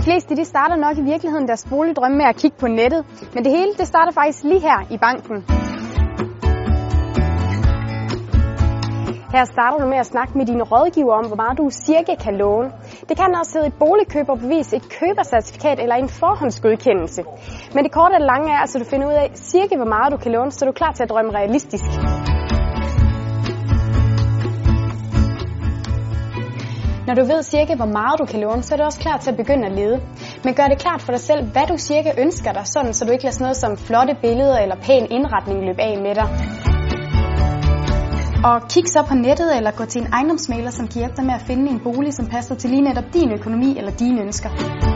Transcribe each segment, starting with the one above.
fleste de starter nok i virkeligheden deres boligdrømme med at kigge på nettet, men det hele det starter faktisk lige her i banken. Her starter du med at snakke med dine rådgiver om, hvor meget du cirka kan låne. Det kan også hedde et boligkøberbevis, et købercertifikat eller en forhåndsgodkendelse. Men det korte og det lange er, altså, at du finder ud af cirka, hvor meget du kan låne, så du er klar til at drømme realistisk. Når du ved cirka, hvor meget du kan låne, så er du også klar til at begynde at lede. Men gør det klart for dig selv, hvad du cirka ønsker dig, sådan, så du ikke lader sådan noget som flotte billeder eller pæn indretning løbe af med dig. Og kig så på nettet eller gå til en ejendomsmægler, som kan hjælpe dig med at finde en bolig, som passer til lige netop din økonomi eller dine ønsker.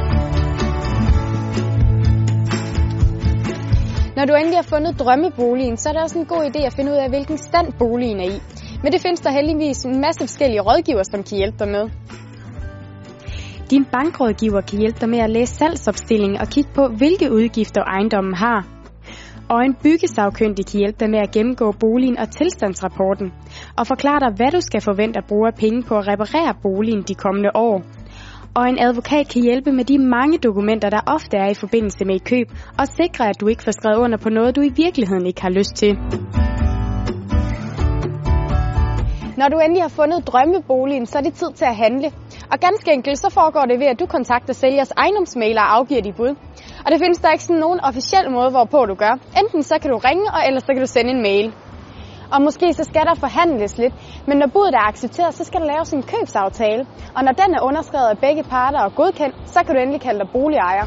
Når du endelig har fundet drømmeboligen, så er det også en god idé at finde ud af, hvilken stand boligen er i. Men det findes der heldigvis en masse forskellige rådgiver, som kan hjælpe dig med. Din bankrådgiver kan hjælpe dig med at læse salgsopstillingen og kigge på, hvilke udgifter ejendommen har. Og en byggesagkyndig kan hjælpe dig med at gennemgå boligen og tilstandsrapporten og forklare dig, hvad du skal forvente at bruge af penge på at reparere boligen de kommende år. Og en advokat kan hjælpe med de mange dokumenter, der ofte er i forbindelse med et køb, og sikre, at du ikke får skrevet under på noget, du i virkeligheden ikke har lyst til. Når du endelig har fundet drømmeboligen, så er det tid til at handle. Og ganske enkelt, så foregår det ved, at du kontakter sælgers ejendomsmægler og afgiver dit bud. Og det findes der ikke sådan nogen officiel måde, hvorpå du gør. Enten så kan du ringe, og ellers så kan du sende en mail. Og måske så skal der forhandles lidt, men når budet er accepteret, så skal der laves en købsaftale. Og når den er underskrevet af begge parter og godkendt, så kan du endelig kalde dig boligejer.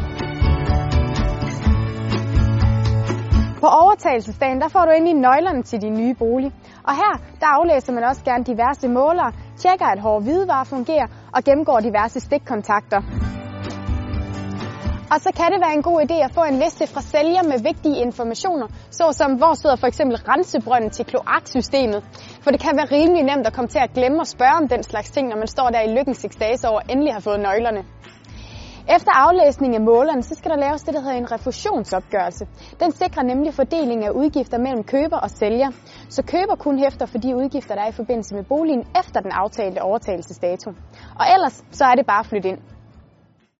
På overtagelsesdagen, der får du endelig nøglerne til din nye bolig. Og her, der aflæser man også gerne diverse målere, tjekker, at hårde hvidevare fungerer og gennemgår diverse stikkontakter. Og så kan det være en god idé at få en liste fra sælger med vigtige informationer, såsom hvor sidder for eksempel rensebrønden til kloaksystemet. For det kan være rimelig nemt at komme til at glemme at spørge om den slags ting, når man står der i lykkens ekstase over endelig har fået nøglerne. Efter aflæsning af målerne, så skal der laves det, der hedder en refusionsopgørelse. Den sikrer nemlig fordeling af udgifter mellem køber og sælger. Så køber kun hæfter for de udgifter, der er i forbindelse med boligen efter den aftalte overtagelsesdato. Og ellers så er det bare at flytte ind.